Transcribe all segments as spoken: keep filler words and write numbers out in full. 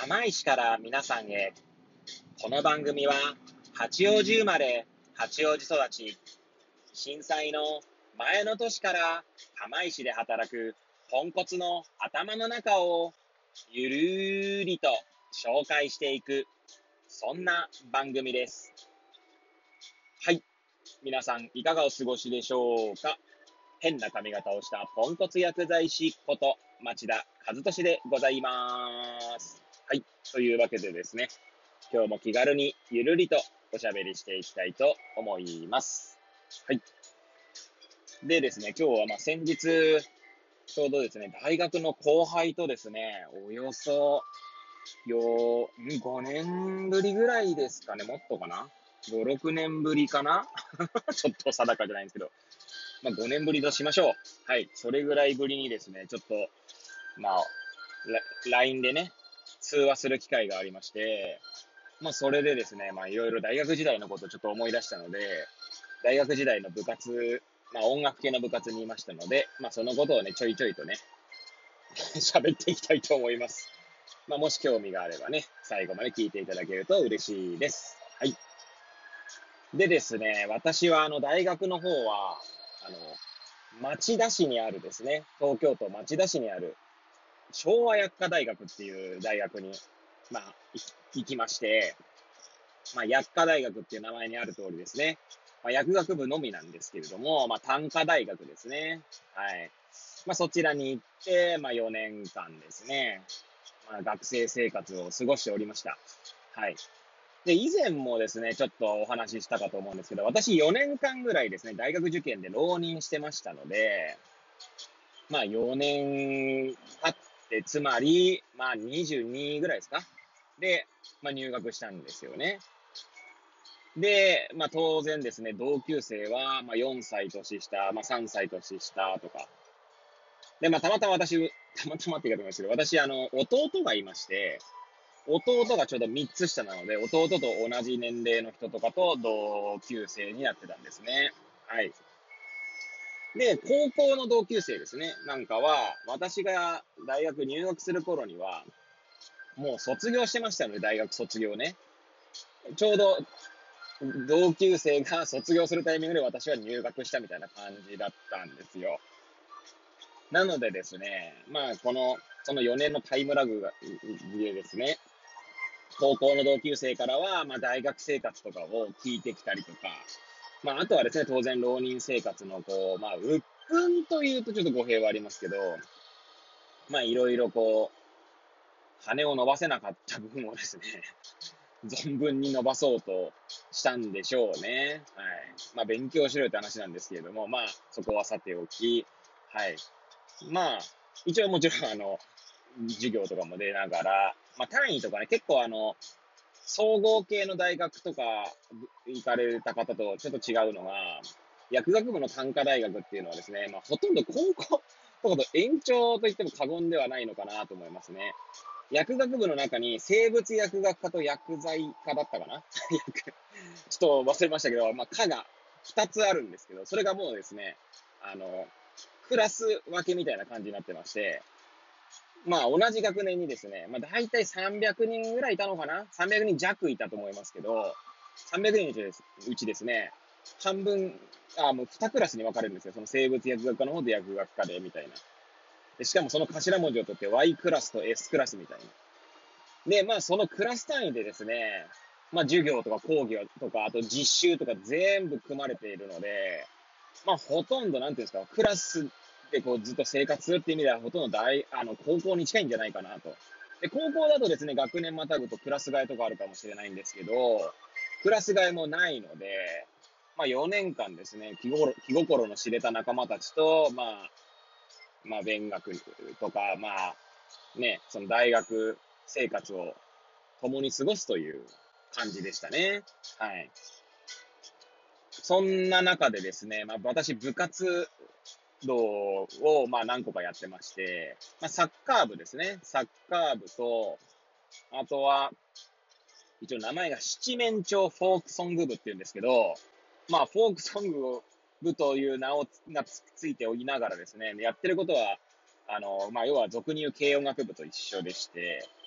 釜石から皆さんへ。この番組は八王子生まれ、八王子育ち、震災の前の年から釜石で働くポンコツの頭の中をゆるーりと紹介していく、そんな番組です。はい。皆さんいかがお過ごしでしょうか。変な髪型をしたポンコツ薬剤師こと町田和俊でございます。はい。というわけでですね、今日も気軽にゆるりとおしゃべりしていきたいと思います。はい。でですね、今日はまあ先日、ちょうどですね、大学の後輩とですね、およそよごねんぶりぐらいですかね、もっとかな ?ご、ろくねんぶりかなちょっと定かじゃないんですけど、まあごねんぶりとしましょう。はい。それぐらいぶりにですね、ちょっと、まあ、ライン でね、通話する機会がありまして、まあそれでですね、まあいろいろ大学時代のことをちょっと思い出したので、大学時代の部活、まあ音楽系の部活にいましたので、まあそのことをね、ちょいちょいとね、喋っていきたいと思います。まあもし興味があればね、最後まで聞いていただけると嬉しいです。はい。でですね、私はあの大学の方は、あの、町田市にあるですね、東京都町田市にある昭和薬科大学っていう大学に、まあ、行きまして、まあ、薬科大学っていう名前にある通りですね。まあ、薬学部のみなんですけれども、まあ、単科大学ですね。はい。まあ、そちらに行って、まあ、よねんかんですね。まあ、学生生活を過ごしておりました。はい。で、以前もですね、ちょっとお話ししたかと思うんですけど、私よねんかんぐらいですね、大学受験で浪人してましたので、まあよねん経って、つまり、まあにじゅうにぐらいですかで、まあ入学したんですよね。で、まあ当然ですね、同級生は、まあよんさい年下、まあさんさい年下とか。で、まあたまたま私、たまたまって言い方ですけど、私、あの、弟がいまして、弟がちょうどみっつ下なので、弟と同じ年齢の人とかと同級生になってたんですね。はい。で、高校の同級生ですね。なんかは、私が大学入学する頃には、もう卒業してましたので、大学卒業ね。ちょうど同級生が卒業するタイミングで私は入学したみたいな感じだったんですよ。なのでですね、まあ、この、そのよねんのタイムラグが、でですね、高校の同級生からは、まあ、大学生活とかを聞いてきたりとか、まあ、あとはですね、当然浪人生活の、こう、まあ、鬱憤というとちょっと語弊はありますけど、まあ、いろいろこう、羽を伸ばせなかった部分をですね、存分に伸ばそうとしたんでしょうね。はい。まあ、勉強しろよって話なんですけれども、まあ、そこはさておき、はい。まあ、一応もちろん、あの、授業とかも出ながら、まあ、単位とかね、結構あの、総合系の大学とか行かれた方とちょっと違うのが、薬学部の単科大学っていうのはですね、まあ、ほとんど高校とかと延長と言っても過言ではないのかなと思いますね。薬学部の中に生物薬学科と薬剤科だったかなちょっと忘れましたけど、まあ、科がふたつあるんですけど、それがもうですね、あの、クラス分けみたいな感じになってまして、まあ同じ学年にですね、まあ大体さんびゃくにんぐらいいたのかな ?さんびゃく 人弱いたと思いますけど、さんびゃくにんのうちですね、半分、あ、もうにクラスに分かれるんですよ。その生物薬学科の方で薬学科で、みたいな。で、しかもその頭文字を取って Y クラスと S クラスみたいな。で、まあそのクラス単位でですね、まあ授業とか講義とか、あと実習とか全部組まれているので、まあほとんどなんていうんですか、クラスでこうずっと生活するっていう意味ではほとんど大、あの、高校に近いんじゃないかなと。で、高校だとですね、学年またぐとクラス替えとかあるかもしれないんですけど、クラス替えもないので、まあよねんかんですね、気心気心の知れた仲間たちと、まあ、まあ勉学とか、まあね、その大学生活を共に過ごすという感じでしたね。はい。そんな中でですね、まあ私部活動をまあ何個かやってまして、まあサッカー部ですね。サッカー部と、あとは、一応名前が七面鳥フォークソング部って言うんですけど、まあフォークソング部という名をがつついておきながらですね、やってることは、あの、まあ要は俗に言う軽音楽部と一緒でして、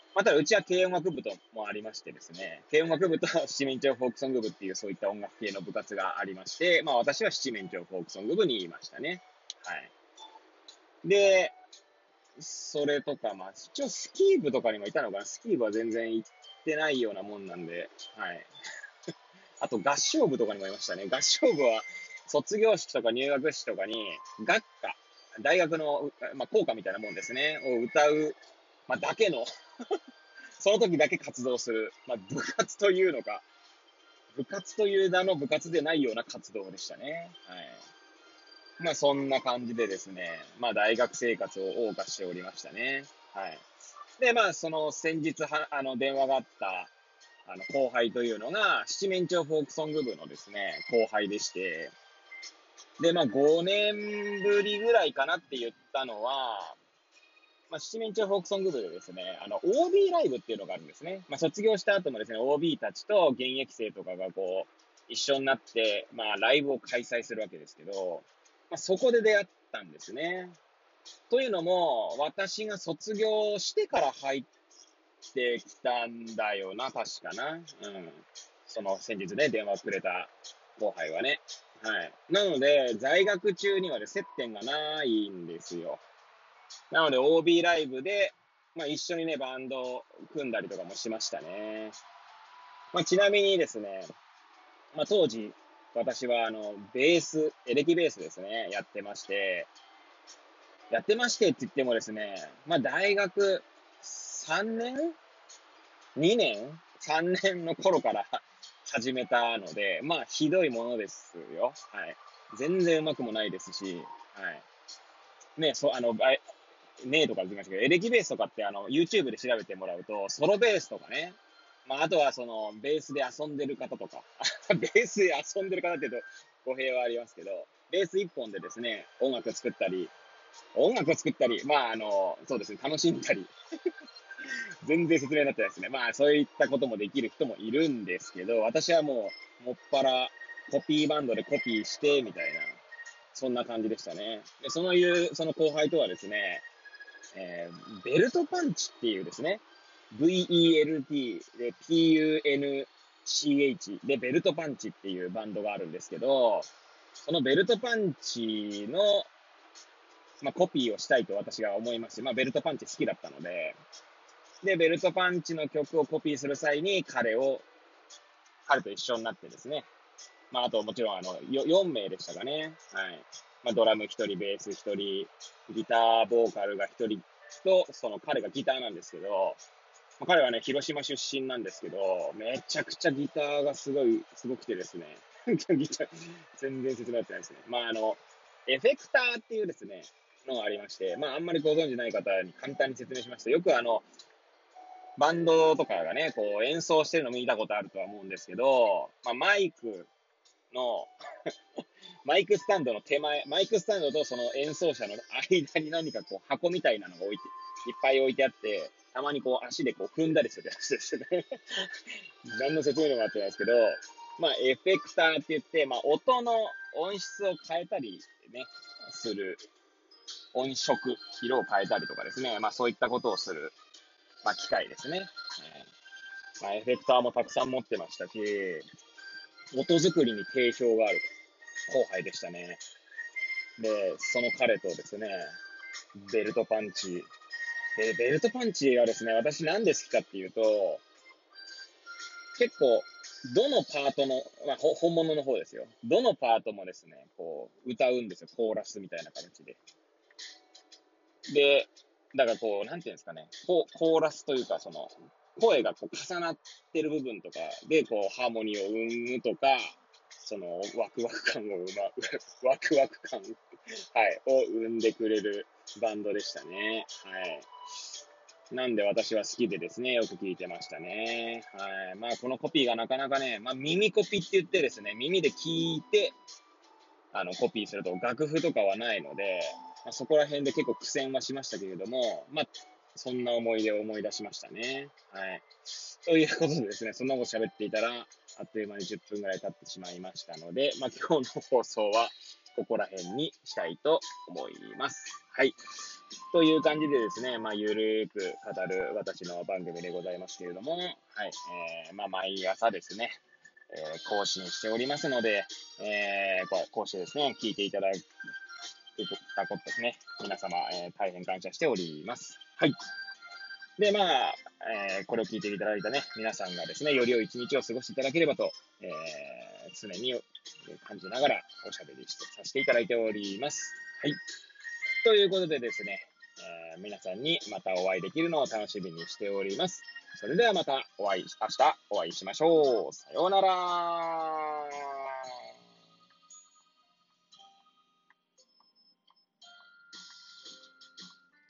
まあ、ただうちは軽音楽部ともありましてですね、軽音楽部と七面鳥フォークソング部っていうそういった音楽系の部活がありまして、まあ私は七面鳥フォークソング部にいましたね。はい。で、それとか、まあ一応スキー部とかにもいたのかな。スキー部は全然行ってないようなもんなんで、はい。あと合唱部とかにもいましたね。合唱部は卒業式とか入学式とかに学科、大学の、まあ、校歌みたいなもんですね、を歌う、まあ、だけのその時だけ活動する、まあ、部活というのか、部活という名の部活でないような活動でしたね。はい。まあそんな感じでですね、まあ大学生活を謳歌しておりましたね。はい。で、まあその先日は、あの電話があった、あの後輩というのが、七面鳥フォークソング部のですね、後輩でして、で、まあごねんぶりぐらいかなって言ったのは、まあ、七面鳥フォークソング部でですね、あの、オービー ライブっていうのがあるんですね。まあ、卒業した後もですね、オービー たちと現役生とかがこう、一緒になって、まあ、ライブを開催するわけですけど、まあ、そこで出会ったんですね。というのも、私が卒業してから入ってきたんだよな、確かな。うん。その先日ね、電話をくれた後輩はね。はい。なので、在学中にはね、接点がないんですよ。なので オービー ライブで、まあ、一緒にね、バンドを組んだりとかもしましたね。まあ、ちなみにですね、まあ、当時、私はあの、ベース、エレキベースですね、やってまして、やってましてって言ってもですね、まあ、大学さんねん ?に 年 ?さん 年の頃から始めたので、まあ、ひどいものですよ。はい。全然上手くもないですし、はい。ね、そう、あの、ねえとか言いましたけど、エレキベースとかってあの、YouTube で調べてもらうと、ソロベースとかね、まあ、あとはその、ベースで遊んでる方とか、ベースで遊んでる方って言うと語弊はありますけど、ベース一本でですね、音楽作ったり、音楽を作ったり、まあ、あの、そうですね、楽しんだり、全然説明になってないですね。まあ、そういったこともできる人もいるんですけど、私はもう、もっぱら、コピーバンドでコピーして、みたいな、そんな感じでしたね。で、そのいう、その後輩とはですね、えー、ベルトパンチっていうですね、ブイイーエルティー で ピーユーエヌシーエイチ でベルトパンチっていうバンドがあるんですけど、そのベルトパンチの、まあ、コピーをしたいと私が思いまして、まあ、ベルトパンチ好きだったので、で、ベルトパンチの曲をコピーする際に彼を、彼と一緒になってですね、まあ、あともちろんあの、よん名でしたかね。はい。まあ、ドラムひとり、ベースひとり、ギター、ボーカルがひとりと、その彼がギターなんですけど、まあ、彼はね、広島出身なんですけど、めちゃくちゃギターがすごい、すごくてですね、ギター、全然説明なってないですね。まあ、あの、エフェクターっていうですね、のがありまして、まあ、あんまりご存知ない方に簡単に説明しますと、よくあの、バンドとかがね、こう演奏してるの見たことあるとは思うんですけど、まあ、マイクのマイクスタンドの手前、マイクスタンドとその演奏者の間に何かこう箱みたいなのが置いて、いっぱい置いてあって、たまにこう足でこう踏んだりするやつですね。何の説明にもなってないですけど、まあエフェクターって言って、まあ音の音質を変えたりね、する音色、色を変えたりとかですね、まあそういったことをする、まあ機械ですね。まあエフェクターもたくさん持ってましたし、音作りに定評がある後輩でしたね。で、その彼とですね、ベルトパンチ。で、ベルトパンチはですね、私なんで好きかっていうと、結構、どのパートの、まあ、本物の方ですよ。どのパートもですね、こう、歌うんですよ。コーラスみたいな形で。で、だからこう、なんていうんですかね、ココーラスというか、その、声がこう重なってる部分とかで、こう、ハーモニーを生むとか、その、ワクワク感を生ま、ワクワク感、はい、を生んでくれるバンドでしたね。はい。なんで私は好きでですね、よく聞いてましたね。はい。まあ、このコピーがなかなかね、まあ、耳コピって言ってですね、耳で聞いて、あの、コピーすると楽譜とかはないので、まあ、そこら辺で結構苦戦はしましたけれども、まあ、そんな思い出を思い出しましたね。はい。ということでですね、そんなこと喋っていたら、あっという間にじゅっぷんぐらい経ってしまいましたので、まあ、今日の放送はここら辺にしたいと思います。はい。 という感じでですね、まあ、ゆるーく語る私の番組でございますけれども、はい、えー、まあ、毎朝ですね、えー、更新しておりますので、えー、こうこうしてですね、聞いていただいたことですね、皆様、えー、大変感謝しております。はい。で、まあ、えー、これを聞いていただいたね、皆さんがですね、より良い一日を過ごしていただければと、えー、常に感じながらおしゃべりしてさせていただいております。はい。ということでですね、えー、皆さんにまたお会いできるのを楽しみにしております。それではまたお会い、明日お会いしましょう。さようなら。